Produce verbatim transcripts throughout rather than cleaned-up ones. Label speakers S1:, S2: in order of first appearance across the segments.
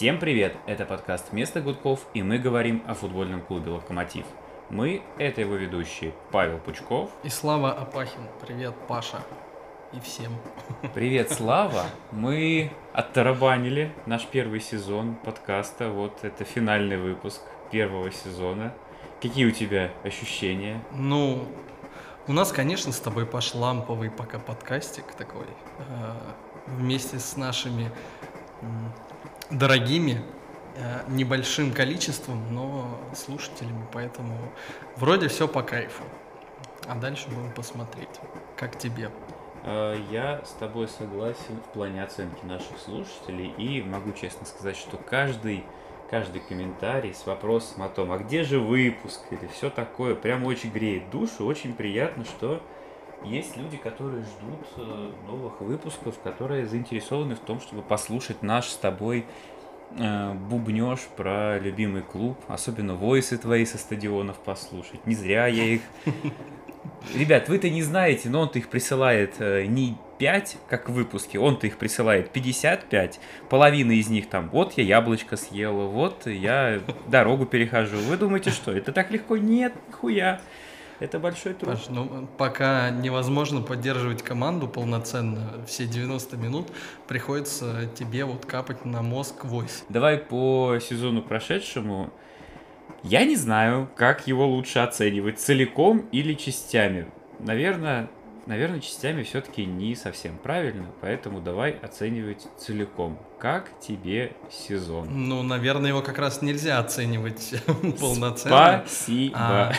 S1: Всем привет! Это подкаст «Вместо гудков», и мы говорим о футбольном клубе «Локомотив». Мы — это его ведущие Павел Пучков
S2: и Слава Апахин. Привет, Паша. И всем.
S1: Привет, Слава! Мы оттарабанили наш первый сезон подкаста. Вот это финальный выпуск первого сезона. Какие у тебя ощущения?
S2: Ну, у нас, конечно, с тобой, Паш, ламповый пока подкастик такой. Э, вместе с нашими э, дорогими, э, небольшим количеством, но слушателями. Поэтому вроде все по кайфу. А дальше будем посмотреть. Как тебе?
S1: Я с тобой согласен в плане оценки наших слушателей. И могу честно сказать, что каждый... Каждый комментарий с вопросом о том, а где же выпуск или все такое, прям очень греет душу. Очень приятно, что есть люди, которые ждут новых выпусков, которые заинтересованы в том, чтобы послушать наш с тобой э, бубнёж про любимый клуб, особенно войсы твои со стадионов послушать. Не зря я их... Ребят, вы-то не знаете, но он-то их присылает э, не пять, как в выпуске, он-то их присылает пятьдесят пять, половина из них там, вот я яблочко съела, вот я дорогу перехожу. Вы думаете, что это так легко? Нет, нихуя. Это большой труд.
S2: Паш, ну, пока невозможно поддерживать команду полноценно все девяносто минут, приходится тебе вот капать на мозг войс.
S1: Давай по сезону прошедшему. Я не знаю, как его лучше оценивать, целиком или частями. Наверное, наверное, частями все-таки не совсем правильно, поэтому давай оценивать целиком. Как тебе сезон?
S2: Ну, наверное, его как раз нельзя оценивать полноценно.
S1: Спасибо.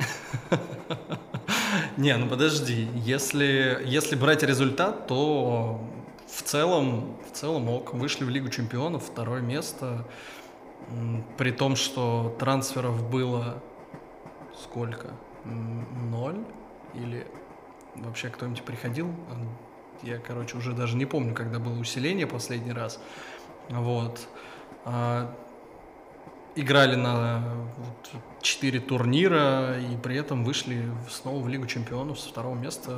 S2: Не, ну подожди, если, если брать результат, то в целом, в целом ок, вышли в Лигу Чемпионов, второе место. При том, что трансферов было сколько? Ноль? Или вообще кто-нибудь приходил? Я, короче, уже даже не помню, когда было усиление последний раз. Вот. Играли на четыре турнира и при этом вышли снова в Лигу Чемпионов с второго места.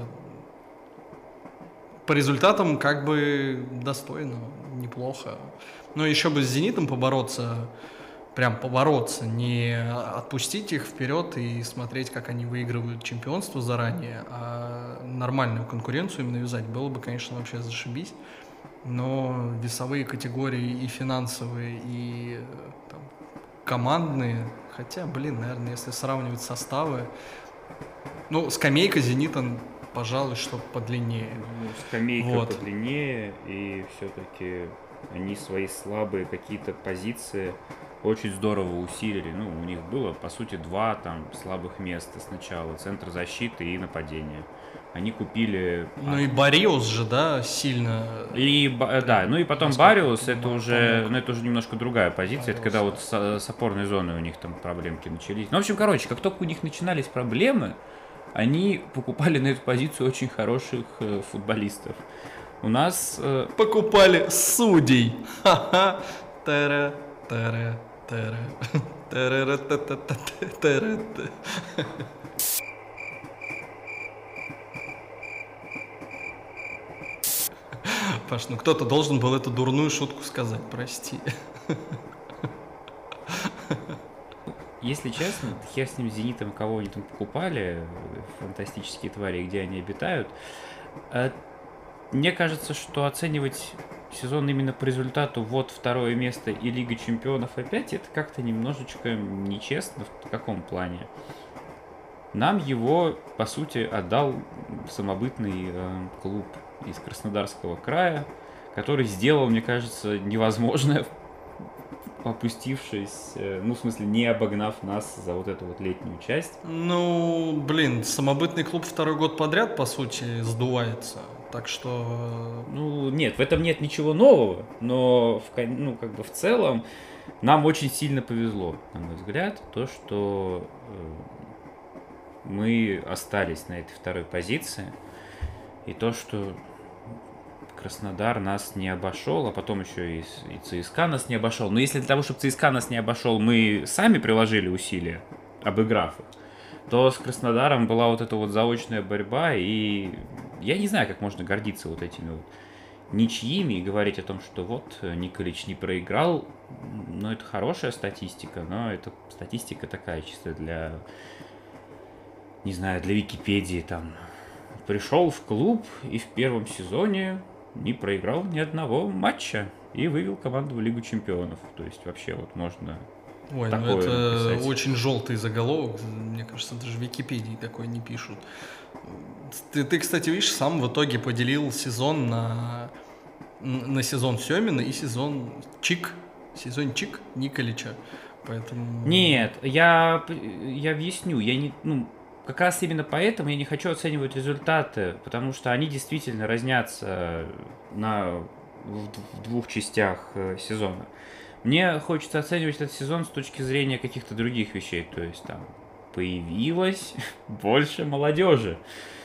S2: По результатам как бы достойно, неплохо. Но еще бы с «Зенитом» побороться, прям побороться, не отпустить их вперед и смотреть, как они выигрывают чемпионство заранее, а нормальную конкуренцию им навязать, было бы, конечно, вообще зашибись. Но весовые категории и финансовые, и там, командные, хотя, блин, наверное, если сравнивать составы, ну, скамейка «Зенита», пожалуй, что подлиннее.
S1: Ну, скамейка
S2: вот.
S1: подлиннее, и все-таки они свои слабые какие-то позиции очень здорово усилили. Ну, у них было, по сути, два там слабых места сначала. Центр защиты и нападения. Они купили...
S2: Ну и Бариус же, да, сильно...
S1: И, да, ну и потом Бариус, это уже, ну, это уже немножко другая позиция. Бариус, это когда да. вот с, с опорной зоной у них там проблемки начались. Ну, в общем, короче, как только у них начинались проблемы, они покупали на эту позицию очень хороших э, футболистов. У нас... Э...
S2: Покупали судей. Ха-ха. Тара, тара, тара. Тара, тара, тара. Паш, ну кто-то должен был эту дурную шутку сказать, прости.
S1: Если честно, хер с ним, «Зенитом», кого они там покупали, фантастические твари, где они обитают. Мне кажется, что оценивать сезон именно по результату вот второе место и Лига Чемпионов опять, это как-то немножечко нечестно. В каком плане? Нам его, по сути, отдал самобытный э, клуб из Краснодарского края, который сделал, мне кажется, невозможное, опустившись, ну, в смысле, не обогнав нас за вот эту вот летнюю часть.
S2: Ну, блин, самобытный клуб второй год подряд, по сути, сдувается, так что...
S1: Ну, нет, в этом нет ничего нового, но, в, ну, как бы в целом, нам очень сильно повезло, на мой взгляд, то, что э, мы остались на этой второй позиции, и то, что Краснодар нас не обошел, а потом еще и, и ЦСКА нас не обошел. Но если для того, чтобы ЦСКА нас не обошел, мы сами приложили усилия, обыграв их, то с Краснодаром была вот эта вот заочная борьба, и я не знаю, как можно гордиться вот этими вот ничьими и говорить о том, что вот Николич не проиграл, ну, это хорошая статистика, но это статистика такая чисто для, не знаю, для Википедии там. Пришел в клуб и в первом сезоне не проиграл ни одного матча и вывел команду в Лигу Чемпионов. То есть вообще вот можно
S2: Ой, ну
S1: такое
S2: это
S1: написать.
S2: очень желтый заголовок. Мне кажется, даже в Википедии такое не пишут. Ты, ты, кстати, видишь, сам в итоге поделил сезон на, на сезон Семина и сезон Чик. Сезон Чик Николича. Поэтому...
S1: Нет, я, я объясню. Я не, ну, как раз именно поэтому я не хочу оценивать результаты, потому что они действительно разнятся на, в, в двух частях э, сезона. Мне хочется оценивать этот сезон с точки зрения каких-то других вещей. То есть там появилось больше молодежи.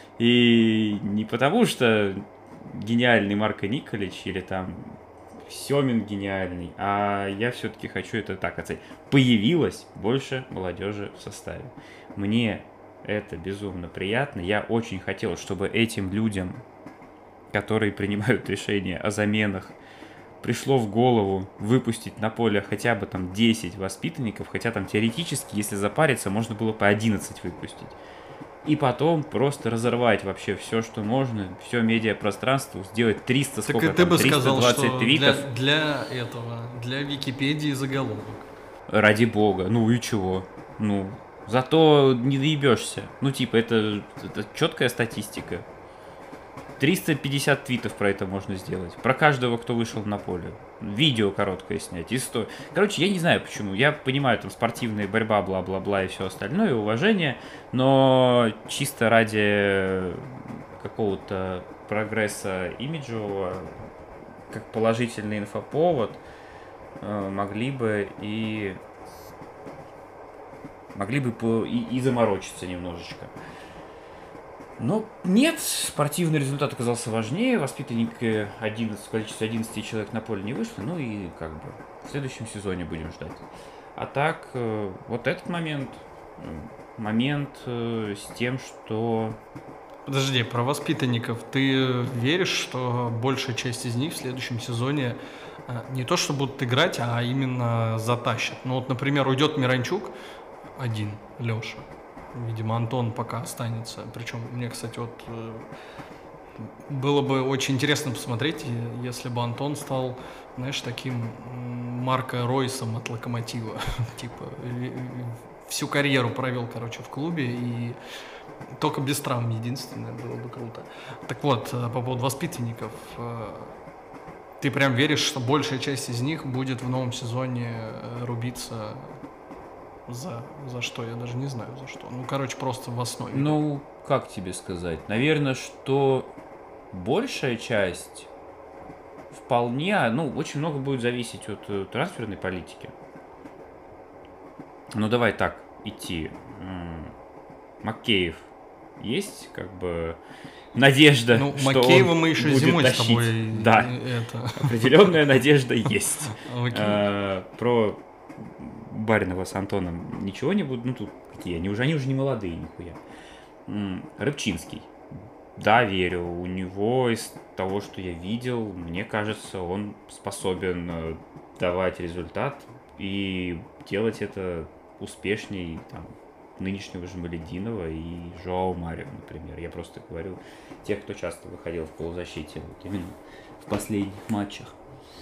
S1: И не потому что гениальный Марко Николич или там Семин гениальный, а я все-таки хочу это так оценить. Появилось больше молодежи в составе. Мне это безумно приятно. Я очень хотел, чтобы этим людям, которые принимают решения о заменах, пришло в голову выпустить на поле хотя бы там десять воспитанников, хотя там теоретически, если запариться, можно было по одиннадцать выпустить. И потом просто разорвать вообще все, что можно, все медиапространство, сделать триста,
S2: Так
S1: сколько
S2: и ты
S1: там,
S2: бы
S1: триста двадцать
S2: сказал, что
S1: твитов.
S2: для, для этого, для Википедии заголовок.
S1: Ради бога, ну и чего? Ну, зато не доебешься. Ну, типа, это, это четкая статистика. триста пятьдесят твитов про это можно сделать. Про каждого, кто вышел на поле. Видео короткое снять. Историю. Короче, я не знаю почему. Я понимаю, там спортивная борьба, бла-бла-бла и все остальное, уважение. Но чисто ради какого-то прогресса имиджевого, как положительный инфоповод, могли бы и... Могли бы по... и, и заморочиться немножечко. Но нет, спортивный результат оказался важнее, воспитанник одиннадцать, в количестве одиннадцати человек на поле не вышло, ну и как бы в следующем сезоне будем ждать. А так, вот этот момент, момент с тем, что...
S2: Подожди, про воспитанников. Ты веришь, что большая часть из них в следующем сезоне не то что будут играть, а именно затащат? Ну вот, например, уйдет Миранчук один, Леша. Видимо, Антон пока останется. Причем мне, кстати, вот было бы очень интересно посмотреть, если бы Антон стал, знаешь, таким Марко Ройсом от Локомотива. Типа всю карьеру провел, короче, в клубе и только без травм единственное, было бы круто. Так вот, по поводу воспитанников. Ты прям веришь, что большая часть из них будет в новом сезоне рубиться... За, за что? Я даже не знаю, за что. Ну, короче, просто в основе.
S1: Ну, как тебе сказать? Наверное, что большая часть вполне... Ну, очень много будет зависеть от э, трансферной политики. Ну, давай так идти. М-м, Маккеев есть, как бы... Надежда,
S2: ну,
S1: что
S2: Маккеева
S1: он
S2: мы еще
S1: будет
S2: зимой
S1: тащить.
S2: С тобой
S1: да,
S2: это...
S1: определенная надежда есть.
S2: Okay.
S1: Про Баринова с Антоном ничего не буду. Ну, тут какие они уже, они уже не молодые, нихуя. Рыбчинский. Да, верю. У него из того, что я видел, мне кажется, он способен давать результат и делать это успешней там, нынешнего Жамалединова и Жоао Марио, например. Я просто говорю тех, кто часто выходил в полузащите, вот именно в последних матчах.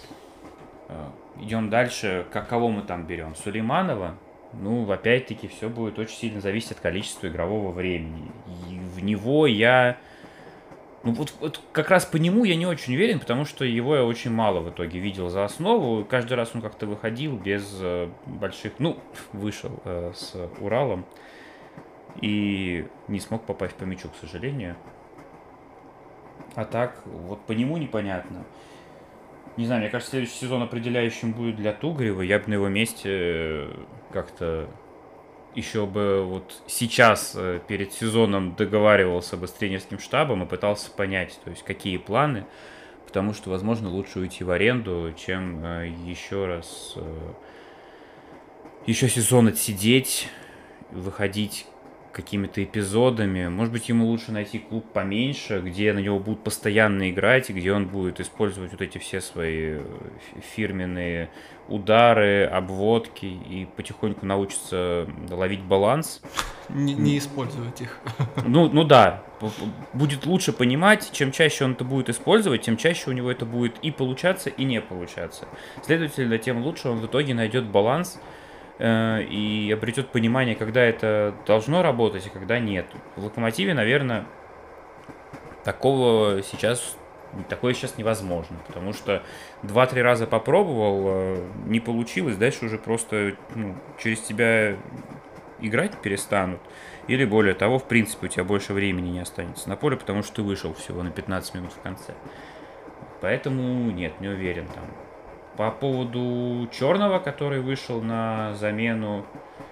S1: Идем дальше. Как кого мы там берем? Сулейманова? Ну, опять-таки, все будет очень сильно зависеть от количества игрового времени. И в него я... Ну, вот, вот как раз по нему я не очень уверен, потому что его я очень мало в итоге видел за основу. Каждый раз он как-то выходил без э, больших... Ну, вышел э, с Уралом и не смог попасть по мячу, к сожалению. А так, вот по нему непонятно. Не знаю, мне кажется, следующий сезон определяющим будет для Тугарева. Я бы на его месте как-то еще бы вот сейчас перед сезоном договаривался бы с тренерским штабом и пытался понять, то есть какие планы, потому что, возможно, лучше уйти в аренду, чем еще раз еще сезон отсидеть, выходить какими-то эпизодами. Может быть, ему лучше найти клуб поменьше, где на него будут постоянно играть, и где он будет использовать вот эти все свои фирменные удары, обводки, и потихоньку научится ловить баланс.
S2: Не, не использовать их.
S1: Ну, ну да, будет лучше понимать, чем чаще он это будет использовать, тем чаще у него это будет и получаться, и не получаться. Следовательно, тем лучше он в итоге найдет баланс э, и обретет понимание, когда это должно работать, и когда нет. В Локомотиве, наверное, такого сейчас, такое сейчас невозможно, потому что два-три раза попробовал, э, не получилось, дальше уже просто ну, через тебя играть перестанут, или более того, в принципе, у тебя больше времени не останется на поле, потому что ты вышел всего на пятнадцать минут в конце. Поэтому нет, не уверен там. По поводу Черного, который вышел на замену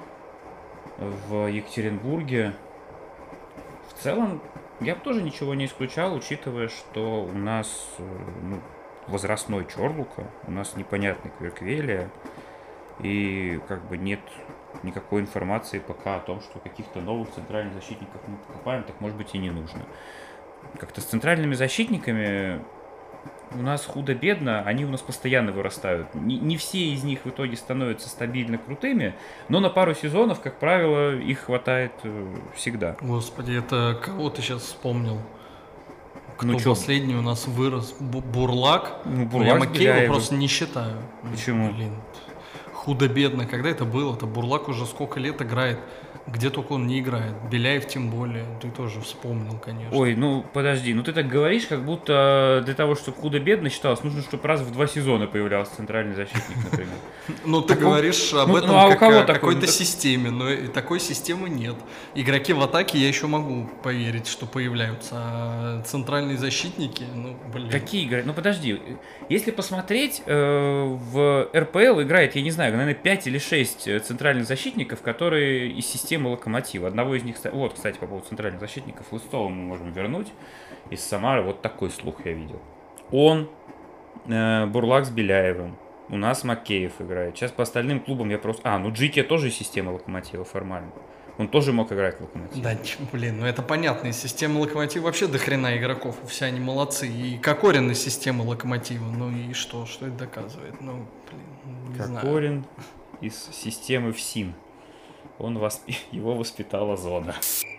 S1: в Екатеринбурге, в целом я бы тоже ничего не исключал, учитывая, что у нас ну, возрастной Чорлука, у нас непонятный Кверквелия, и как бы нет никакой информации пока о том, что каких-то новых центральных защитников мы покупаем, так может быть и не нужно. Как-то с центральными защитниками у нас худо-бедно, они у нас постоянно вырастают. Не, не все из них в итоге становятся стабильно крутыми, но на пару сезонов, как правило, их хватает всегда.
S2: Господи, это кого ты сейчас вспомнил? Кто
S1: ну,
S2: последний у нас вырос? Бу- Бурлак?
S1: Ну, Бурлак
S2: я Макеева просто не считаю.
S1: Почему?
S2: Блин, худо-бедно. Когда это было? Это Бурлак уже сколько лет играет. Где только он не играет. Беляев тем более. Ты тоже вспомнил, конечно.
S1: Ой, ну подожди, ну ты так говоришь, как будто для того, чтобы худо-бедно считалось, нужно, чтобы раз в два сезона появлялся центральный защитник, например.
S2: Ну, ты говоришь об этом как о какой-то системе, но такой системы нет. Игроки в атаке я еще могу поверить, что появляются, а центральные защитники, ну, блин.
S1: Какие игры? Ну, подожди, если посмотреть, в эр пэ эл играет, я не знаю, наверное, пять или шесть центральных защитников, которые из системы Локомотива. Одного из них, вот, кстати, по поводу центральных защитников, Лыстова мы можем вернуть из Самары, вот такой слух я видел. Он, Бурлак с Беляевым, у нас Макеев играет. Сейчас по остальным клубам я просто... А, ну Джики тоже из системы Локомотива формально. Он тоже мог играть в Локомотиве.
S2: Да, блин, ну это понятно. Из системы Локомотива вообще до хрена игроков. Все они молодцы. И Кокорин из системы Локомотива. Ну и что? Что это доказывает? Ну, блин, не знаю.
S1: Кокорин из системы ФСИН. Он восп... Его воспитала зона.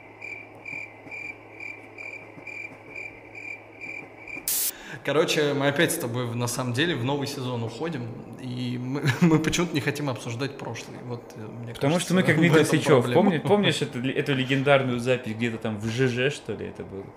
S2: Короче, мы опять с тобой на самом деле в новый сезон уходим, и мы, мы почему-то не хотим обсуждать прошлый. Вот, мне
S1: Потому
S2: кажется,
S1: что мы как Дмитрий Сычев. Помни, помнишь эту, эту легендарную запись где-то там в ЖЖ, что ли, это было?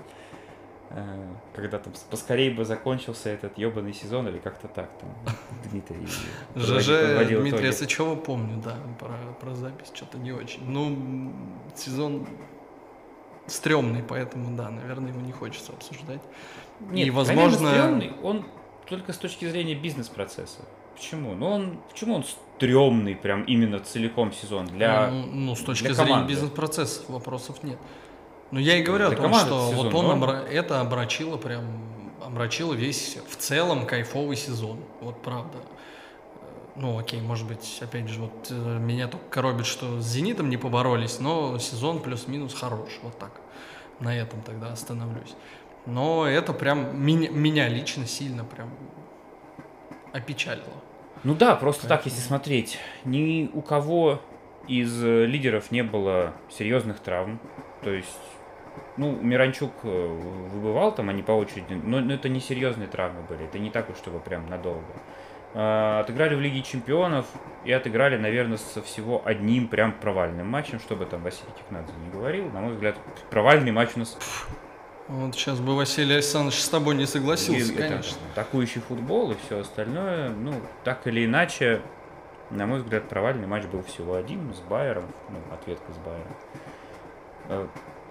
S1: Когда там поскорее бы закончился этот ебаный сезон, или как-то так там Дмитрий
S2: ЖЖ Дмитрия Сычева помню, да, про, про запись что-то не очень. Ну, сезон стрёмный, поэтому, да, наверное, его не хочется обсуждать.
S1: Нет,
S2: и, возможно,
S1: стрёмный, он только с точки зрения бизнес-процесса. Почему? Ну, он, почему он стрёмный, прям именно целиком сезон для
S2: Ну, ну с точки зрения бизнес-процесса вопросов нет. Но я и говорю
S1: для
S2: о том, что
S1: сезон,
S2: вот он
S1: но...
S2: обра... это омрачило прям, омрачило весь в целом кайфовый сезон. Вот правда. Ну, окей, может быть, опять же, вот меня только коробит, что с «Зенитом» не поборолись, но сезон плюс-минус хорош, вот так. На этом тогда остановлюсь. Но это прям меня, меня лично сильно прям опечалило.
S1: Ну да, просто Поэтому... так, если смотреть, ни у кого из лидеров не было серьезных травм. То есть, ну, Миранчук выбывал там, они по очереди, но, но это не серьезные травмы были, это не так уж, чтобы прям надолго. А, отыграли в Лиге Чемпионов и отыграли, наверное, со всего одним прям провальным матчем, чтобы там Василий Кикнадзе не говорил. На мой взгляд, провальный матч у нас...
S2: Вот сейчас бы Василий Александрович с тобой не согласился, и, конечно.
S1: Это, атакующий футбол и все остальное, ну, так или иначе, на мой взгляд, провальный матч был всего один с Байером, ну, ответка с Байером.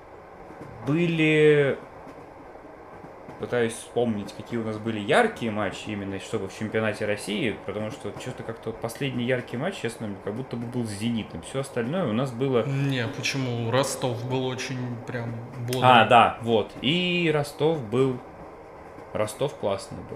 S1: Были, пытаюсь вспомнить, какие у нас были яркие матчи, именно чтобы в чемпионате России, потому что что-то как-то последний яркий матч, честно, как будто бы был с «Зенитом». Все остальное у нас было...
S2: Не, почему? Ростов был очень прям бодрый.
S1: А, да, вот. И Ростов был... Ростов классный был.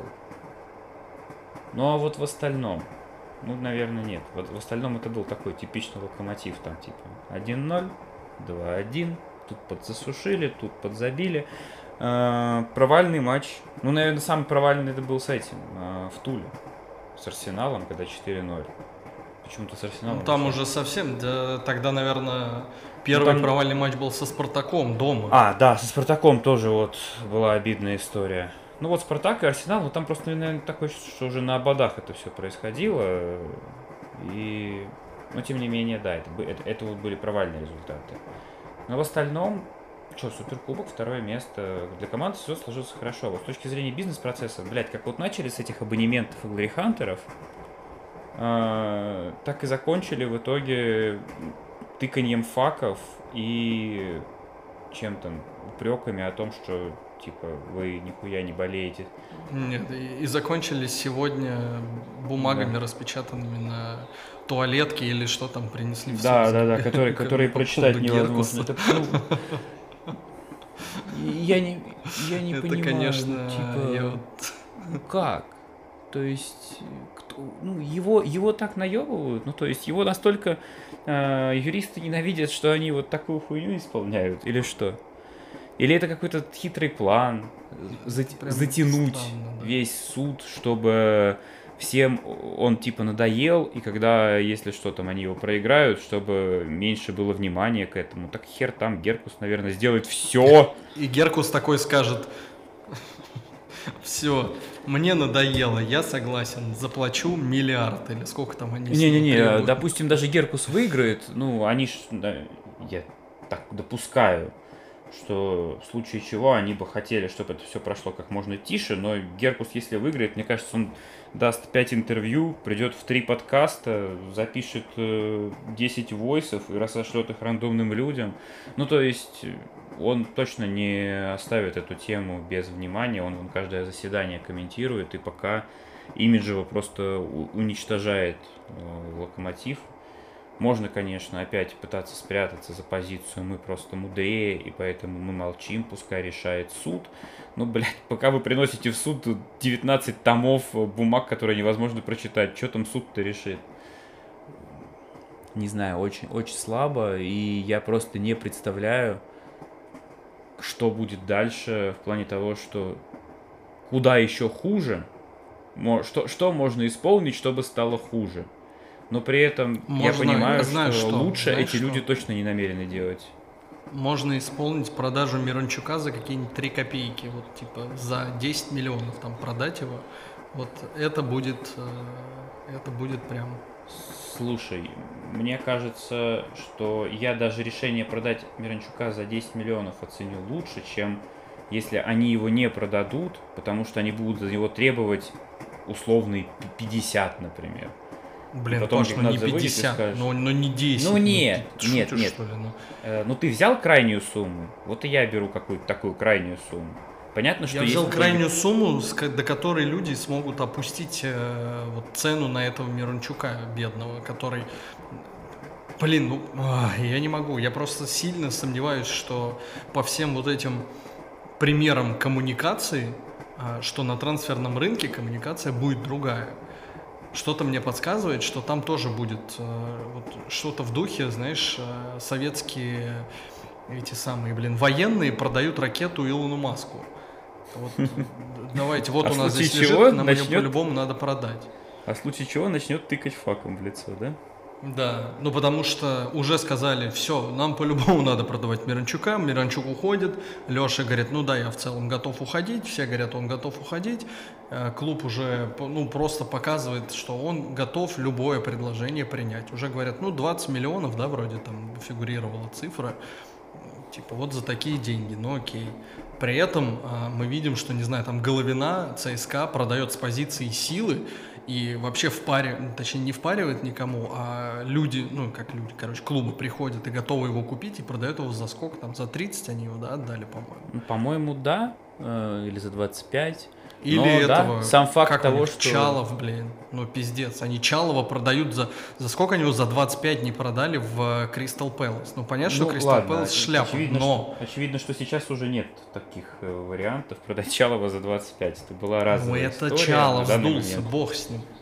S1: Ну, а вот в остальном... Ну, наверное, нет. Вот в остальном это был такой типичный Локомотив, там, типа, один ноль, два один. Тут подзасушили, тут подзабили. А, провальный матч. Ну, наверное, самый провальный это был с этим, а, в Туле. С Арсеналом, когда четыре ноль. Почему-то с Арсеналом.
S2: Ну, там
S1: вообще.
S2: уже совсем, да, тогда, наверное, первый
S1: там-
S2: провальный матч был со Спартаком дома.
S1: А, да, со Спартаком тоже вот была обидная история. Ну вот Спартак и Арсенал, ну там просто, наверное, такое, что уже на ободах это все происходило. И, но тем не менее, да, это, бы- это, это вот были провальные результаты. Но в остальном, что, Суперкубок, второе место. Для команды все сложился хорошо. Вот с точки зрения бизнес-процесса, блядь, как вот начали с этих абонементов и глорихантеров, а, так и закончили в итоге тыканьем факов и чем там, упреками о том, что типа вы нихуя не болеете.
S2: Нет, и, и закончили сегодня бумагами,
S1: Да.
S2: распечатанными на туалетке или что там принесли в
S1: Да,
S2: СОС.
S1: да, да, которые,
S2: По
S1: которые
S2: поводу
S1: прочитать
S2: Геркуса.
S1: невозможно. Это, ну, я не, я не
S2: Это,
S1: понимаю,
S2: конечно,
S1: типа,
S2: я вот-
S1: ну как? То есть, кто, ну, его, его так наебывают, ну, то есть, его настолько э, юристы ненавидят, что они вот такую хуйню исполняют, или что? Или это какой-то хитрый план зат-
S2: прям
S1: затянуть
S2: странно, да.
S1: весь суд, чтобы всем он типа надоел, и когда, если что, там они его проиграют, чтобы меньше было внимания к этому. Так хер там, Геркус, наверное, сделает все.
S2: И Геркус такой скажет: все, мне надоело, я согласен, заплачу миллиард или сколько там они. с него
S1: Не-не-не,
S2: требуют.
S1: допустим, даже Геркус выиграет, ну, они ж, да, я так допускаю, что в случае чего они бы хотели, чтобы это все прошло как можно тише, но Геркус, если выиграет, мне кажется, он даст пять интервью, придет в три подкаста, запишет э, десять войсов и разошлет их рандомным людям. Ну, то есть, он точно не оставит эту тему без внимания, он, он каждое заседание комментирует, и пока имиджево просто у- уничтожает э, Локомотив. Можно, конечно, опять пытаться спрятаться за позицию «мы просто мудрее, и поэтому мы молчим, пускай решает суд». Ну, блядь, пока вы приносите в суд девятнадцать томов бумаг, которые невозможно прочитать, что там суд-то решит? Не знаю, очень, очень слабо, и я просто не представляю, что будет дальше в плане того, что куда еще хуже, мо- что, что можно исполнить, чтобы стало хуже. Но при этом
S2: Можно,
S1: я понимаю,
S2: я знаю,
S1: что,
S2: что.
S1: лучше
S2: Знаешь,
S1: эти люди
S2: что?
S1: точно не намерены делать.
S2: Можно исполнить продажу Мирончука за какие-нибудь три копейки, вот типа за десять миллионов там продать его. Вот это будет, э, это будет прям.
S1: Слушай, мне кажется, что я даже решение продать Миранчука за десять миллионов оценю лучше, чем если они его не продадут, потому что они будут за него требовать условный пятьдесят, например.
S2: Блин,
S1: потом
S2: Паш, ну не
S1: Гигнат заводит и
S2: пятьдесят,
S1: скажешь,
S2: ну, ну не десять.
S1: ну нет,
S2: ты
S1: нет,
S2: шутишь,
S1: нет.
S2: что ли? Ну,
S1: Э, ну ты взял крайнюю сумму, вот и я беру какую-то такую крайнюю сумму. Понятно, что
S2: я взял
S1: если
S2: крайнюю сумму, с ко- до которой люди смогут опустить э, вот цену на этого Мирончука бедного, который... Блин, ну ай, я не могу. Я просто сильно сомневаюсь, что по всем вот этим примерам коммуникации, а, что на трансферном рынке коммуникация будет другая. Что-то мне подсказывает, что там тоже будет э, вот что-то в духе, знаешь, э, советские эти самые, блин, военные продают ракету Илону Маску. Вот, давайте, вот
S1: А
S2: у
S1: в
S2: нас
S1: случае
S2: здесь
S1: чего
S2: лежит, нам ее
S1: начнет-
S2: по-любому надо продать.
S1: А в случае чего начнет тыкать факом в лицо, да?
S2: Да, ну потому что уже сказали, все, нам по-любому надо продавать Миранчука, Миранчук уходит, Леша говорит, ну да, я в целом готов уходить, все говорят, он готов уходить, Э, клуб уже, по- ну, просто показывает, что он готов любое предложение принять. Уже говорят, ну, двадцать миллионов, да, вроде там фигурировала цифра, типа вот за такие деньги, ну окей. При этом а, мы видим, что, не знаю, там Головина, ЦСКА продает с позиции силы и вообще в паре, ну, точнее не впаривает никому, а люди, ну как люди, короче, клубы приходят и готовы его купить и продают его за сколько там, за тридцать они его, да, отдали, по-моему.
S1: Ну, по-моему, да, э, или за двадцать пять.
S2: Или
S1: Но,
S2: этого,
S1: да, сам факт
S2: как у
S1: того,
S2: них,
S1: что...
S2: Чалов, блин, ну пиздец, они Чалова продают за, за сколько они его за двадцать пять не продали в Кристал Пэлас. Ну понятно, что
S1: Ну,
S2: Кристал
S1: ладно,
S2: Пэлас шляпа,
S1: очевидно,
S2: но...
S1: что, очевидно, что сейчас уже нет таких э, вариантов продать Чалова за двадцать пять. Это была разовая
S2: Ну это
S1: история на
S2: Чалов
S1: данный
S2: сдулся,
S1: момент.
S2: бог с ним.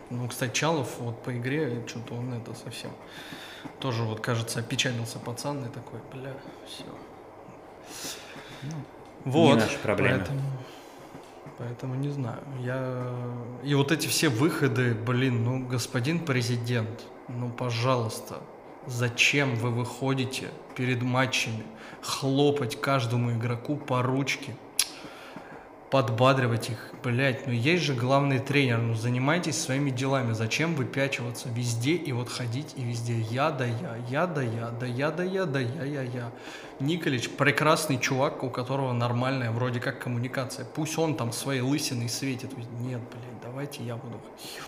S2: Ну, кстати, Чалов вот по игре, что-то он это совсем... Тоже вот, кажется, опечалился пацан и такой, бля, все.
S1: Ну,
S2: вот,
S1: не наша проблема.
S2: Поэтому, поэтому не знаю. Я... И вот эти все выходы, блин, ну, господин президент, ну, пожалуйста, зачем вы выходите перед матчами хлопать каждому игроку по ручке, подбадривать их, блять, ну есть же главный тренер, ну занимайтесь своими делами, зачем выпячиваться везде и вот ходить и везде я да я, я да я, да я да я, да я я я. Николич прекрасный чувак, у которого нормальная вроде как коммуникация, пусть он там своей лысиной светит, нет, блядь, давайте я буду.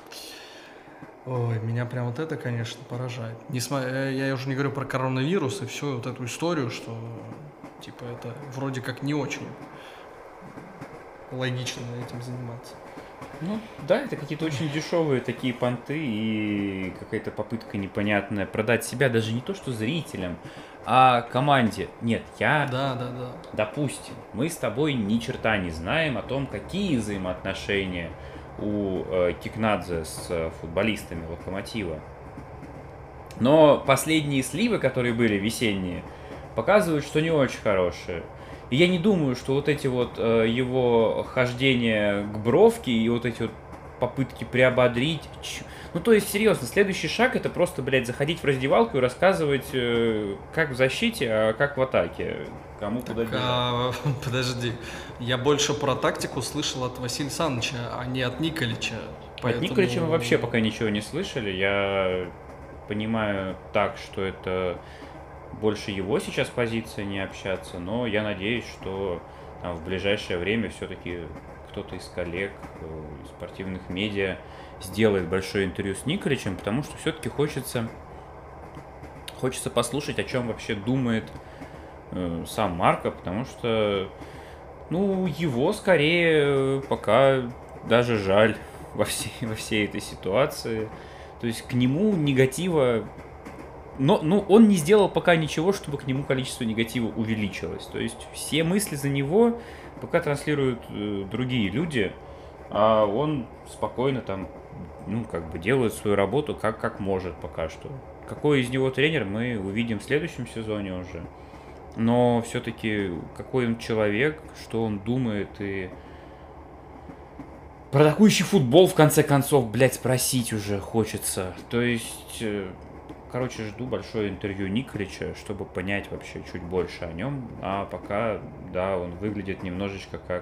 S2: Ой, меня прям вот это, конечно, поражает. Несмотря, я уже не говорю про коронавирус и всю вот эту историю, что типа это вроде как не очень логично этим заниматься.
S1: Ну, да, это какие-то очень дешевые такие понты и какая-то попытка непонятная продать себя даже не то что зрителям, а команде. Нет, я...
S2: Да, да, да.
S1: Допустим, мы с тобой ни черта не знаем о том, какие взаимоотношения у э, Кикнадзе с э, футболистами Локомотива. Но последние сливы, которые были весенние, показывают, что не очень хорошие. И я не думаю, что вот эти вот э, его хождения к бровке и вот эти вот попытки приободрить... Ч... Ну, то есть, серьезно, следующий шаг — это просто, блядь, заходить в раздевалку и рассказывать, э, как в защите, а как в атаке. Кому куда бежать.
S2: А, подожди, я больше про тактику слышал от Василия Саныча, а не от Николича.
S1: Поэтому... От Николича мы вообще пока ничего не слышали. Я понимаю так, что это... Больше его сейчас позиция не общаться, но я надеюсь, что там, в ближайшее время все-таки кто-то из коллег, из спортивных медиа сделает большое интервью с Николичем, потому что все-таки хочется, хочется послушать, о чем вообще думает э, сам Марко, потому что, ну, его скорее пока даже жаль во всей, во всей этой ситуации. То есть к нему негатива... Но ну, он не сделал пока ничего, чтобы к нему количество негатива увеличилось. То есть все мысли за него пока транслируют э, другие люди, а он спокойно там, ну, как бы делает свою работу как, как может пока что. Какой из него тренер, мы увидим в следующем сезоне уже. Но все-таки какой он человек, что он думает и... Про атакующий футбол, в конце концов, блядь, спросить уже хочется. То есть... Э, Короче, жду большое интервью Николича, чтобы понять вообще чуть больше о нем. А пока, да, он выглядит немножечко как...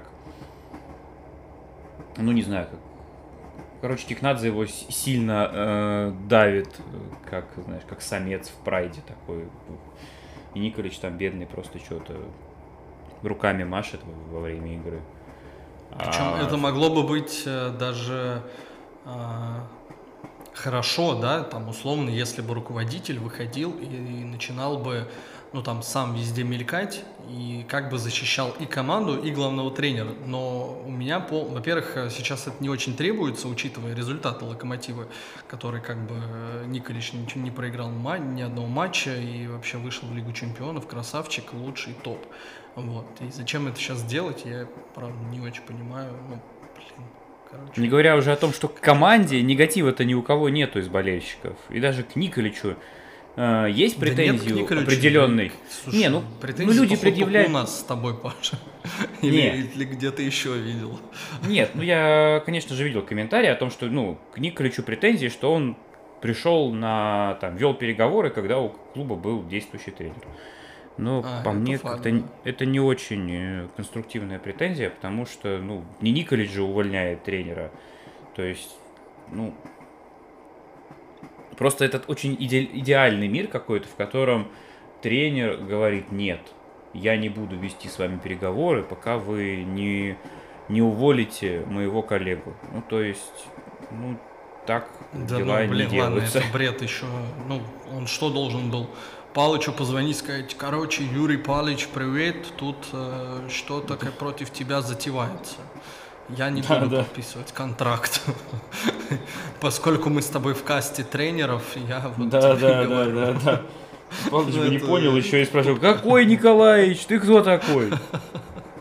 S1: Ну, не знаю, как... Короче, Кикнадзе его сильно э, давит, как, знаешь, как самец в прайде такой. И Николич там бедный просто что-то руками машет во время игры.
S2: Причем а... это могло бы быть э, даже... Э... Хорошо, да, там условно, если бы руководитель выходил и, и начинал бы, ну там, сам везде мелькать и как бы защищал и команду, и главного тренера. Но у меня, по, во-первых, сейчас это не очень требуется, учитывая результаты Локомотива, который как бы Николич ничего не проиграл ни одного матча и вообще вышел в Лигу Чемпионов, красавчик, лучший топ. Вот. И зачем это сейчас делать, я, правда, не очень понимаю. Ну, блин. Короче.
S1: Не говоря уже о том, что к команде негатива-то ни у кого нету из болельщиков. И даже к Николичу э, есть претензии да определенной.
S2: Слушай,
S1: не, ну, ну люди предъявляют...
S2: у нас с тобой, Паша. Или, или где-то еще видел.
S1: Нет, ну я, конечно же, видел комментарии о том, что ну, к Николичу претензии, что он пришел на... там, вел переговоры, когда у клуба был действующий тренер. Но а, по мне факт, как-то да. это не очень конструктивная претензия, потому что, ну, не Николич же увольняет тренера. То есть, ну, просто этот очень иде- идеальный мир какой-то, в котором тренер говорит: нет, я не буду вести с вами переговоры, пока вы не, не уволите моего коллегу. Ну, то есть, ну, так
S2: да
S1: дела
S2: ну, блин,
S1: не
S2: ладно,
S1: делаются.
S2: Это бред еще. Ну, он что должен был? Палычу позвонить, сказать: короче, Юрий Палыч, привет, тут э, что-то против тебя затевается. Я не
S1: да,
S2: буду
S1: да.
S2: подписывать контракт. Поскольку мы с тобой в касте тренеров, я вот
S1: да,
S2: тебе
S1: да,
S2: говорю.
S1: Да, да, да. Палыч бы не понял еще и спрашивал: какой Николаевич, ты кто такой?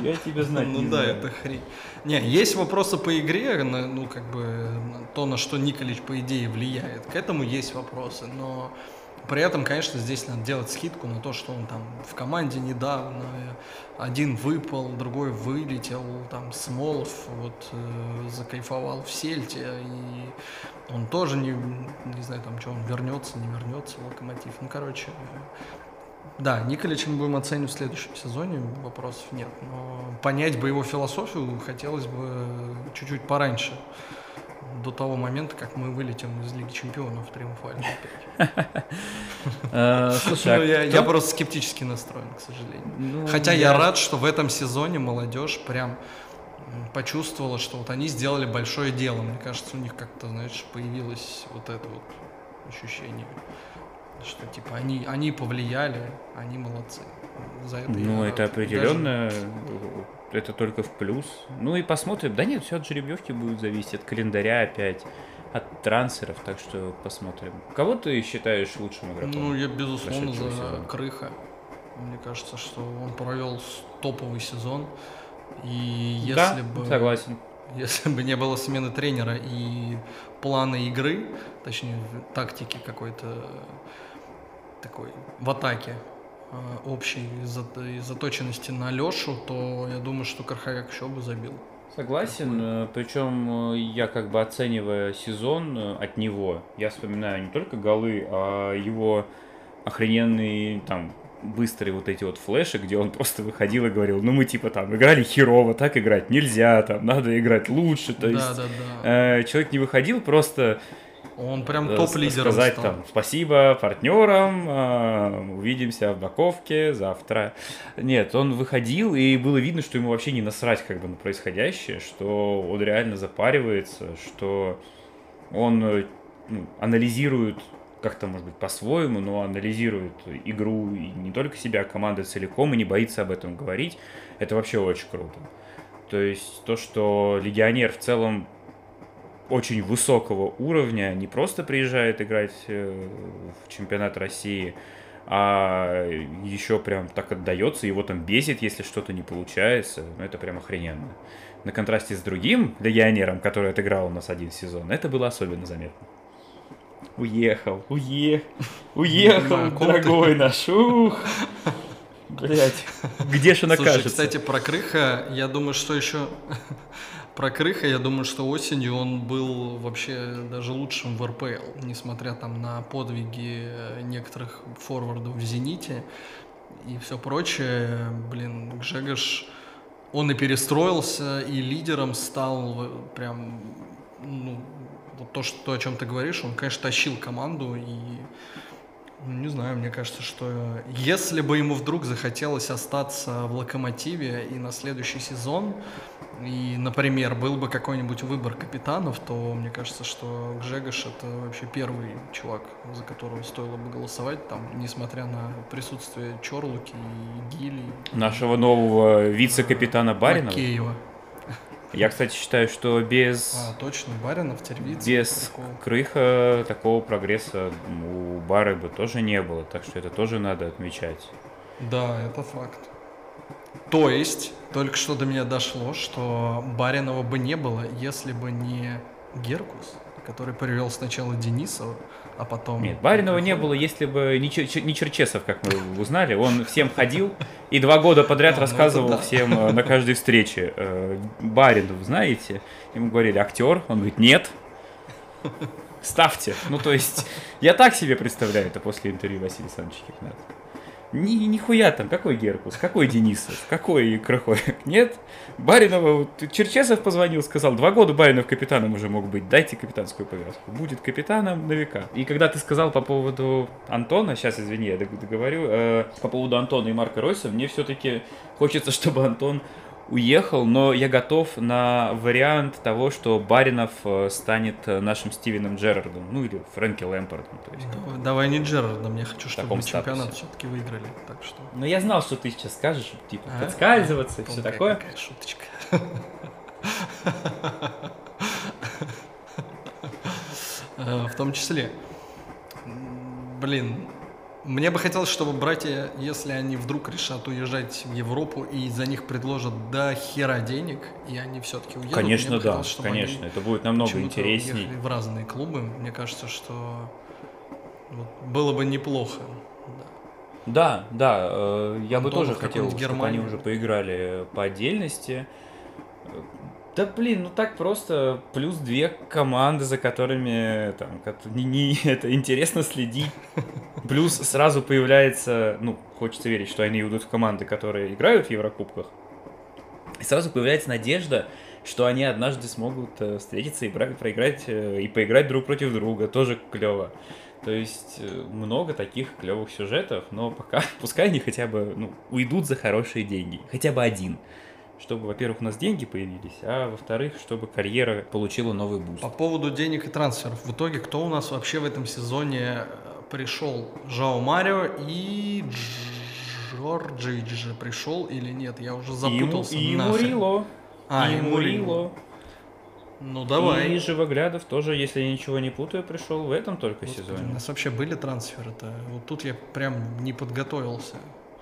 S1: Я тебя знать не
S2: Ну да,
S1: знаю.
S2: это хрень. Не, есть вопросы по игре, на- ну как бы на то, на что Николич, по идее, влияет. К этому есть вопросы, но при этом, конечно, здесь надо делать скидку на то, что он там в команде недавно, один выпал, другой вылетел, там Смолов вот э, закайфовал в Сельте, и он тоже не, не знаю, там, что он вернется, не вернется в Локомотив. Ну, короче, да, Николича мы будем оценивать в следующем сезоне, вопросов нет. Но понять бы его философию хотелось бы чуть-чуть пораньше, до того момента, как мы вылетим из Лиги Чемпионов триумфально опять.
S1: А, Слушай,
S2: Ну,
S1: а
S2: я,
S1: кто-
S2: я просто скептически настроен, к сожалению.
S1: Ну,
S2: Хотя я рад, что в этом сезоне молодежь прям м, почувствовала, что вот они сделали большое дело. Мне кажется, у них как-то, знаешь, появилось вот это вот ощущение, что типа они, они повлияли, они молодцы. За это
S1: Ну,
S2: я
S1: это
S2: рад.
S1: определенно, это только в плюс. Ну и посмотрим. Да нет, все от жеребьевки будет зависеть, от календаря опять, от трансферов, так что посмотрим. Кого ты считаешь лучшим
S2: Даже,
S1: игроком?
S2: ну, я безусловно
S1: прошедшего
S2: за
S1: сезона?
S2: Крыха. Мне кажется, что он провел с- топовый сезон. И если
S1: Да,
S2: бы
S1: согласен.
S2: Если бы не было смены тренера и плана игры, точнее, в- тактики какой-то такой в атаке э, общей зат- и заточенности на Лешу, то я думаю, что Кархаяк еще бы забил.
S1: Согласен, э, причем э, я как бы оценивая сезон э, от него, я вспоминаю не только голы, а его охрененные там быстрые вот эти вот флеши, где он просто выходил и говорил, ну мы типа там играли херово, так играть нельзя, там надо играть лучше, то
S2: Да,
S1: есть
S2: да, да.
S1: э, человек не выходил просто
S2: Он прям
S1: э,
S2: топ-лидером
S1: сказать
S2: стал.
S1: там спасибо партнерам, э, увидимся в Баковке завтра. Нет, он выходил, и было видно, что ему вообще не насрать как бы на происходящее, что он реально запаривается, что он э, ну, анализирует как-то, может быть, по-своему, но анализирует игру и не только себя, а команды целиком, и не боится об этом говорить. Это вообще очень круто. То есть то, что легионер в целом очень высокого уровня не просто приезжает играть э, в чемпионат России, а еще прям так отдается, его там бесит, если что-то не получается. Ну, это прям охрененно. На контрасте с другим легионером, который отыграл у нас один сезон, это было особенно заметно. Уехал, уехал, уехал,
S2: Да,
S1: дорогой наш, ух. Блять, где же он
S2: Слушай,
S1: окажется?
S2: кстати, про Крыха, я думаю, что еще... Про Крыха, я думаю, что осенью он был вообще даже лучшим в эр пэ эл, несмотря там на подвиги э, некоторых форвардов в «Зените» и все прочее. Блин, Гжегош, он и перестроился, и лидером стал э, прям, ну, вот то, что, то, о чем ты говоришь, он, конечно, тащил команду, и, ну, не знаю, мне кажется, что если бы ему вдруг захотелось остаться в «Локомотиве» и на следующий сезон, и, например, был бы какой-нибудь выбор капитанов, то мне кажется, что Гжегош — это вообще первый чувак, за которого стоило бы голосовать, там, несмотря на присутствие Чорлуки и Гили,
S1: Нашего нового вице-капитана Баринова.
S2: Макеева.
S1: Я, кстати, считаю, что без,
S2: А, точно, Баринов, Тервиц.
S1: без Крыха такого прогресса у Бары бы тоже не было, так что это тоже надо отмечать.
S2: Да, это факт. То есть, только что до меня дошло, что Баринова бы не было, если бы не Геркус, который привел сначала Денисова, а потом...
S1: Нет, Баринова не было, если бы не, Чер- не Черчесов, как мы узнали. Он всем ходил и два года подряд
S2: А, ну
S1: рассказывал
S2: это да.
S1: всем э, на каждой встрече. э, Баринов, знаете? Ему говорили, актер? Он говорит, нет. Ставьте. Ну, то есть, я так себе представляю это после интервью Василия Александровича Кикната. Ни, нихуя там, какой Геркус, какой Денисов, какой Крыховик, нет. Баринова, вот Черчесов позвонил, сказал, два года Баринов капитаном уже мог быть, дайте капитанскую повязку, будет капитаном на века. И когда ты сказал по поводу Антона, сейчас, извини, я дог- договорю, э, по поводу Антона и Марка Ройса, мне все-таки хочется, чтобы Антон уехал, но я готов на вариант того, что Баринов э, станет э, нашим Стивеном Джеррардом, ну или Фрэнки Лэмпардом, то есть.
S2: Давай, давай не Джерардом, я хочу, чтобы
S1: таком
S2: мы чемпионат
S1: статусе.
S2: все-таки выиграли, так что...
S1: Но я знал, что ты сейчас скажешь, типа,
S2: А?
S1: подскальзываться и все
S2: Тонкая
S1: такое.
S2: какая шуточка. Э, В том числе, м, блин, Мне бы хотелось, чтобы братья, если они вдруг решат уезжать в Европу и за них предложат до хера денег, и они все-таки уедут,
S1: Конечно,
S2: мне бы
S1: да,
S2: хотелось, чтобы
S1: конечно,
S2: они
S1: это будет намного
S2: почему-то
S1: интересней.
S2: уехали в разные клубы. Мне кажется, что вот было бы неплохо.
S1: Да, да, э, я бы
S2: Антонов
S1: тоже хотел,
S2: какой-нибудь
S1: чтобы они
S2: Германию.
S1: уже поиграли по отдельности. Да блин, ну так просто плюс две команды, за которыми там как-то не, не- это интересно следить. Плюс сразу появляется, ну, хочется верить, что они идут в команды, которые играют в Еврокубках. И сразу появляется надежда, что они однажды смогут э, встретиться и бра- проиграть, э, и поиграть друг против друга. Тоже клево. То есть э, много таких клевых сюжетов, но пока пускай они хотя бы ну, уйдут за хорошие деньги. Хотя бы один. Чтобы, во-первых, у нас деньги появились, а во-вторых, чтобы карьера получила новый буст.
S2: По поводу денег и трансферов. В итоге, кто у нас вообще в этом сезоне пришел? Жао Марио и Джорджевич же пришел или нет? Я уже запутался.
S1: И, и
S2: нахрен.
S1: Мурило.
S2: А,
S1: и
S2: и
S1: Мурило.
S2: Мурило. Ну давай.
S1: И Живоглядов тоже, если я ничего не путаю, пришел в этом только
S2: Господи,
S1: сезоне.
S2: у нас вообще были трансферы-то? Вот тут я прям не подготовился.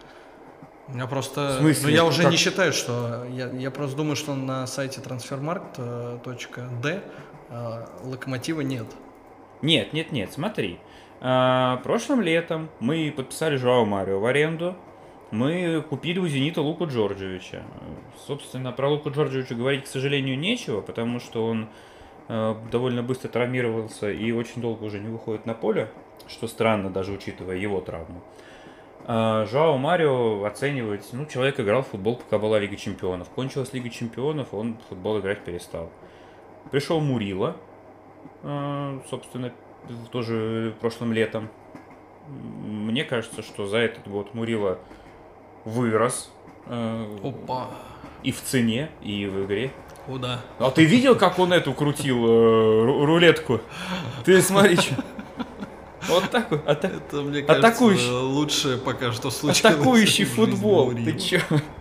S2: У меня просто...
S1: В смысле?
S2: Ну, я уже
S1: Как?
S2: не считаю, что... Я, я просто думаю, что на сайте трансфермаркт точка ди э, Локомотива нет.
S1: Нет, нет, нет, смотри. А, прошлым летом мы подписали Жоао Марио в аренду. Мы купили у «Зенита» Луку Джорджевича. Собственно, про Луку Джорджевича говорить, к сожалению, нечего, потому что он э, довольно быстро травмировался и очень долго уже не выходит на поле, что странно, даже учитывая его травму. А Жоао Марио оценивать, ну, человек играл в футбол, пока была Лига Чемпионов. Кончилась Лига Чемпионов, он в футбол играть перестал. Пришел Мурило, э, собственно, тоже прошлым летом. Мне кажется, что за этот год Мурило вырос. Э,
S2: Опа.
S1: И в цене, и в игре.
S2: Куда?
S1: А ты видел, как он эту крутил э, ру- рулетку? Ты смотри, что. Вот так вот. Ата-
S2: Это, мне кажется,
S1: Атакующий.
S2: лучшее пока что случилось.
S1: Атакующий
S2: в жизни
S1: футбол.
S2: Мурило.
S1: Ты чё?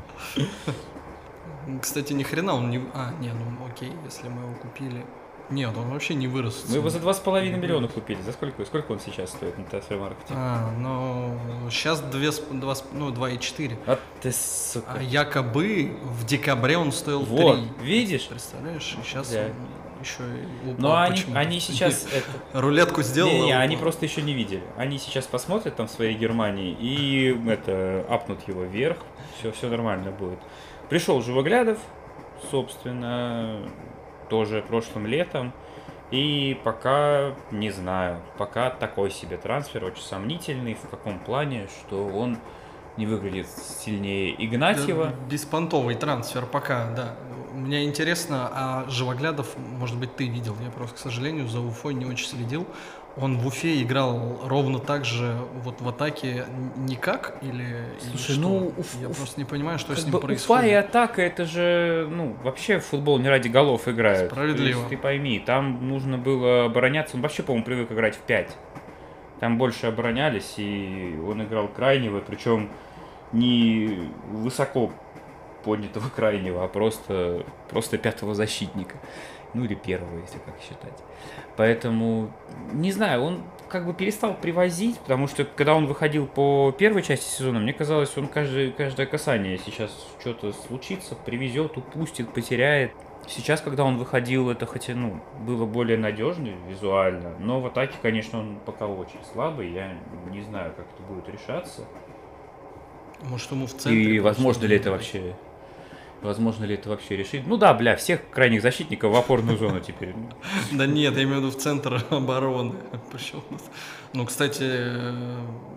S2: Кстати, ни хрена он не... А, не, ну окей, если мы его купили. Нет, он вообще не вырос.
S1: Мы его за два с половиной миллиона купили. За сколько? Сколько он сейчас стоит на трансфер-маркете?
S2: А, ну, сейчас две, с- два, с- ну, два и четыре.
S1: А ты, сука.
S2: А якобы в декабре он стоил три.
S1: Вот, видишь?
S2: Представляешь? И сейчас
S1: Да.
S2: он еще и упал.
S1: Но они,
S2: почему-то.
S1: они сейчас это,
S2: Рулетку сделал.
S1: не, не,
S2: а
S1: они
S2: упал.
S1: просто еще не видели. Они сейчас посмотрят там в своей Германии и это апнут его вверх. Все, все нормально будет. Пришел Живоглядов, собственно, тоже прошлым летом. И пока не знаю, пока такой себе трансфер, очень сомнительный. В каком плане, что он не выглядит сильнее Игнатьева.
S2: Да, беспонтовый трансфер пока, да. Мне интересно, а Живоглядов, может быть, ты видел? Я просто, к сожалению, за Уфой не очень следил. Он в Уфе играл ровно так же вот в атаке никак или,
S1: Слушай,
S2: или что?
S1: ну, Уф-
S2: Я
S1: Уф-
S2: просто не понимаю, что
S1: Как
S2: с ним
S1: бы
S2: происходит.
S1: Уфа и атака, это же, ну, вообще в футбол не ради голов играют.
S2: Справедливо.
S1: То есть, ты пойми, там нужно было обороняться. Он вообще, по-моему, привык играть в пять. Там больше оборонялись, и он играл крайнего, причем не высоко поднятого крайнего, а просто, просто пятого защитника. Ну или первого, если как считать. Поэтому, не знаю, он как бы перестал привозить, потому что когда он выходил по первой части сезона, мне казалось, он каждое, каждое касание сейчас что-то случится, привезет, упустит, потеряет. Сейчас, когда он выходил, это хотя, ну, было более надежно визуально, но в атаке, конечно, он пока очень слабый, я не знаю, как это будет решаться.
S2: Может, ему в центре.
S1: И
S2: просто
S1: возможно ли это
S2: играть.
S1: вообще... Возможно ли это вообще решить? Ну да, бля, всех крайних защитников в опорную зону теперь.
S2: Да нет, я имею в виду в центр обороны. Причем, ну, кстати, э,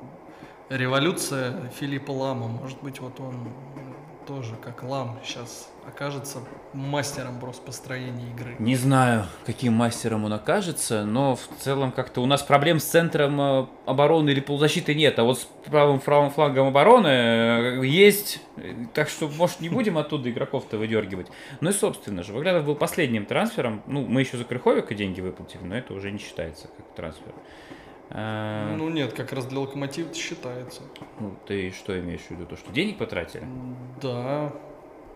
S2: революция Филиппа Лама. Может быть, вот он тоже, как Лам, сейчас окажется мастером просто построения игры.
S1: Не знаю, каким мастером он окажется, но в целом как-то у нас проблем с центром э, обороны или полузащиты нет, а вот с правым правым флангом обороны э, есть, так что, может, не будем оттуда игроков-то выдергивать. Ну и, собственно, Живоглядов был последним трансфером, ну, мы еще за Крыховика деньги выплатили, но это уже не считается как трансфер. А,
S2: Ну нет, как раз для Локомотива это считается.
S1: ну, ты что имеешь в виду, то, что денег потратили?
S2: Да.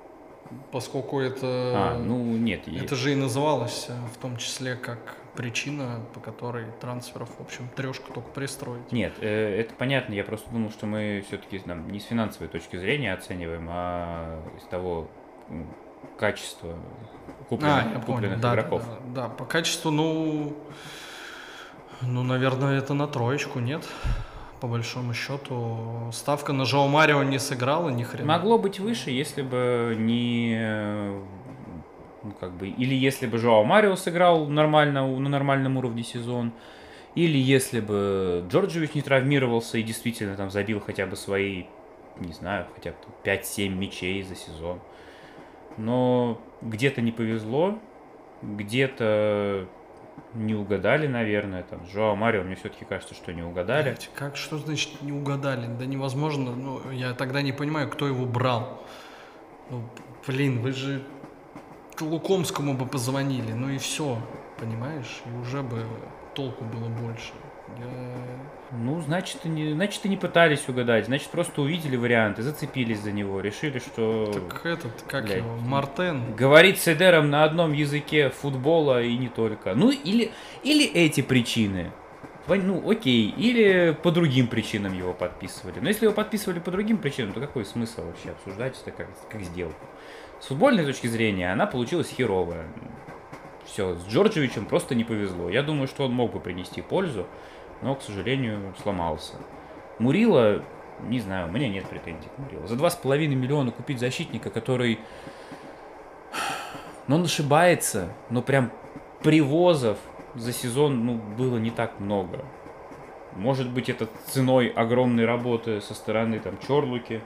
S2: поскольку это...
S1: А, ну нет.
S2: Это же и называлось в том числе как причина, по которой трансферов, в общем, трешку только пристроить.
S1: Нет, э, это понятно, я просто думал, что мы все-таки там, не с финансовой точки зрения оцениваем, а из того ну, качества купленных,
S2: а, я
S1: купленных
S2: понял.
S1: игроков.
S2: Да, да, да, по качеству, ну, ну, наверное, это на троечку, нет? По большому счету, ставка на Жоу Марио не сыграла ни хрена.
S1: Могло быть выше, если бы не... Ну, как бы, или если бы Жоао Марио сыграл нормально, на нормальном уровне сезон, или если бы Джорджевич не травмировался и действительно там забил хотя бы свои, не знаю, хотя бы пять-семь мячей за сезон. Но где-то не повезло, где-то не угадали, наверное. Там, с Жоао Марио мне все-таки кажется, что не угадали.
S2: Блять, как, что значит не угадали? Да невозможно. Ну, я тогда не понимаю, кто его брал. Ну, блин, вы же Лукомскому бы позвонили, ну и все, понимаешь? И уже бы толку было больше. Я...
S1: Ну, значит, и не, значит, и не пытались угадать. Значит, просто увидели варианты, зацепились за него, решили, что...
S2: Так этот, как
S1: блядь,
S2: его, Мартен.
S1: Говорит с Эдером на одном языке футбола и не только. Ну, или, или эти причины. Ну, окей. Или по другим причинам его подписывали. Но если его подписывали по другим причинам, то какой смысл вообще обсуждать это как, как сделку? С футбольной точки зрения она получилась херовая. Все, с Джорджевичем просто не повезло. Я думаю, что он мог бы принести пользу, но, к сожалению, сломался. Мурило, не знаю, у меня нет претензий к Мурило. За два с половиной миллиона купить защитника, который... Ну, он ошибается, но прям привозов за сезон ну, было не так много. Может быть, это ценой огромной работы со стороны там Чорлуки,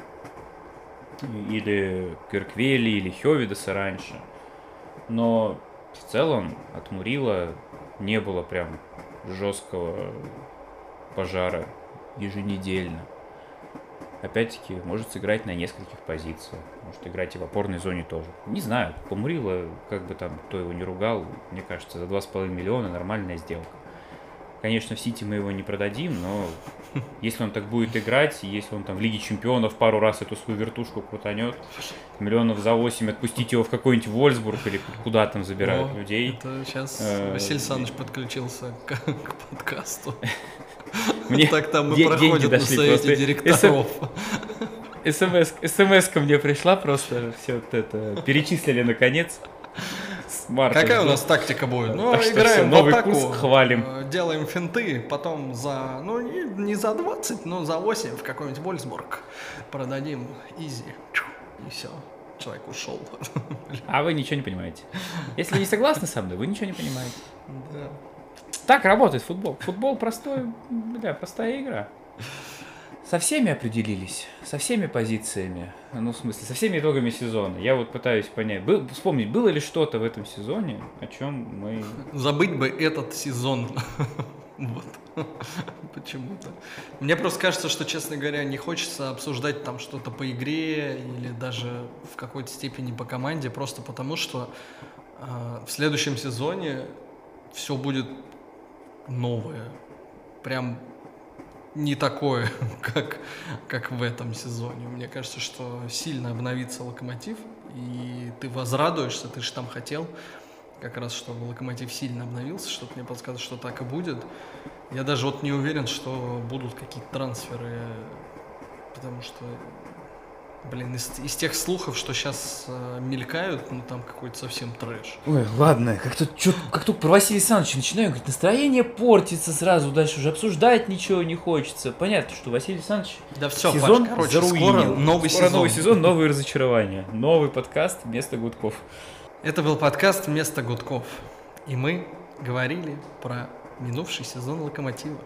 S1: или Кирквели, или Хёвидаса раньше. Но в целом от Мурила не было прям жесткого пожара еженедельно. Опять-таки, может сыграть на нескольких позициях. Может играть и в опорной зоне тоже. Не знаю, по Мурило, как бы там кто его не ругал, мне кажется, за два с половиной миллиона нормальная сделка. Конечно, в Сити мы его не продадим, но если он так будет играть, если он там в Лиге Чемпионов пару раз эту свою вертушку крутанет, миллионов за восемь отпустить его в какой-нибудь Вольсбург или куда там забирают
S2: О,
S1: людей.
S2: Это сейчас Василий Саныч подключился к, к подкасту.
S1: Мне
S2: так там и
S1: де-
S2: проходит на
S1: дошли,
S2: совете директоров.
S1: СМС, СМС-ка мне пришла, просто все вот это перечислили наконец.
S2: Какая у нас тактика будет? Ну,
S1: так
S2: играем
S1: что,
S2: в атаку,
S1: курс хвалим.
S2: Делаем финты, потом за, ну, не, не за двадцать, но за восемь в какой-нибудь Вольсбург продадим изи. И все, человек ушел.
S1: А вы ничего не понимаете. Если не согласны со мной, вы ничего не понимаете.
S2: Да.
S1: Так работает футбол. Футбол простой, бля, простая игра. Со всеми определились, со всеми позициями, ну, в смысле, со всеми итогами сезона. Я вот пытаюсь понять, был, вспомнить, было ли что-то в этом сезоне, о чем мы...
S2: Забыть бы этот сезон. Вот. Почему-то. Мне просто кажется, что, честно говоря, не хочется обсуждать там что-то по игре или даже в какой-то степени по команде, просто потому что э, в следующем сезоне все будет новое. Прям не такое, как, как в этом сезоне. Мне кажется, что сильно обновится Локомотив, и ты возрадуешься, ты же там хотел как раз, чтобы Локомотив сильно обновился, что-то мне подсказывает, что так и будет. Я даже вот не уверен, что будут какие-то трансферы, потому что, блин, из, из тех слухов, что сейчас э, мелькают, ну там какой-то совсем трэш.
S1: Ой, ладно, как тут, чё, как тут про Василия Александровича начинаю, говорит, настроение портится сразу, дальше уже обсуждать ничего не хочется. Понятно, что Василий Александрович
S2: да все,
S1: сезон
S2: Паш, короче,
S1: заруинил.
S2: скоро новый
S1: скоро
S2: сезон.
S1: новый сезон, новые разочарования. Новый подкаст вместо гудков.
S2: Это был подкаст «Вместо гудков», и мы говорили про минувший сезон Локомотива.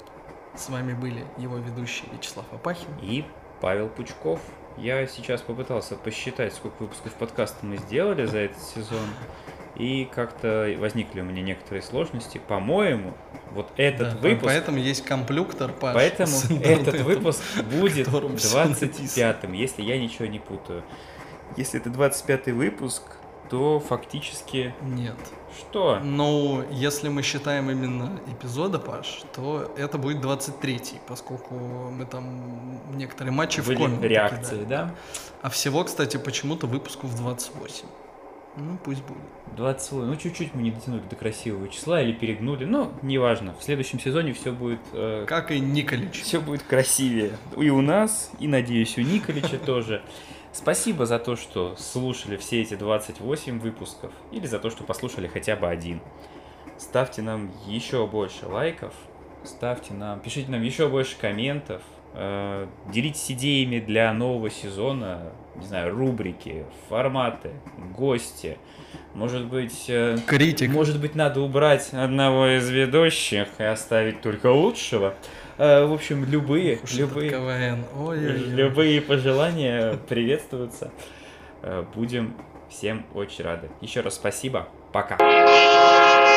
S2: С вами были его ведущие Вячеслав Апахин
S1: и Павел Пучков. Я сейчас попытался посчитать, сколько выпусков подкаста мы сделали за этот сезон, и как-то возникли у меня некоторые сложности. По-моему, вот этот
S2: да,
S1: выпуск...
S2: Поэтому есть комплюктор, Паш.
S1: Поэтому этот выпуск будет
S2: котором всё
S1: двадцать пятым, если я ничего не путаю. Если это двадцать пятый выпуск, то фактически...
S2: Нет.
S1: Что?
S2: Ну, если мы считаем именно эпизода, Паш, то это будет двадцать третий, поскольку мы там некоторые матчи
S1: Были
S2: в коме
S1: реакции,
S2: покидали.
S1: да?
S2: А всего, кстати, почему-то выпусков двадцать восемь. Ну, пусть будет.
S1: двадцать восемь. Ну, чуть-чуть мы не дотянули до красивого числа или перегнули. Но неважно. В следующем сезоне все будет... Э,
S2: как и Николич.
S1: Все будет красивее. И у нас, и, надеюсь, у Николича тоже. Спасибо за то, что слушали все эти двадцать восемь выпусков. Или за то, что послушали хотя бы один. Ставьте нам еще больше лайков. Ставьте нам... Пишите нам еще больше комментов. Э, делитесь идеями для нового сезона. Не знаю, рубрики, форматы, гости. Может быть... Э,
S2: Критик.
S1: Может быть, надо убрать одного из ведущих и оставить только лучшего. Э, в общем, любые,
S2: Уж
S1: любые,
S2: КВН. Ой-ой-ой.
S1: любые пожелания приветствуются. Э, будем всем очень рады. Еще раз спасибо. Пока.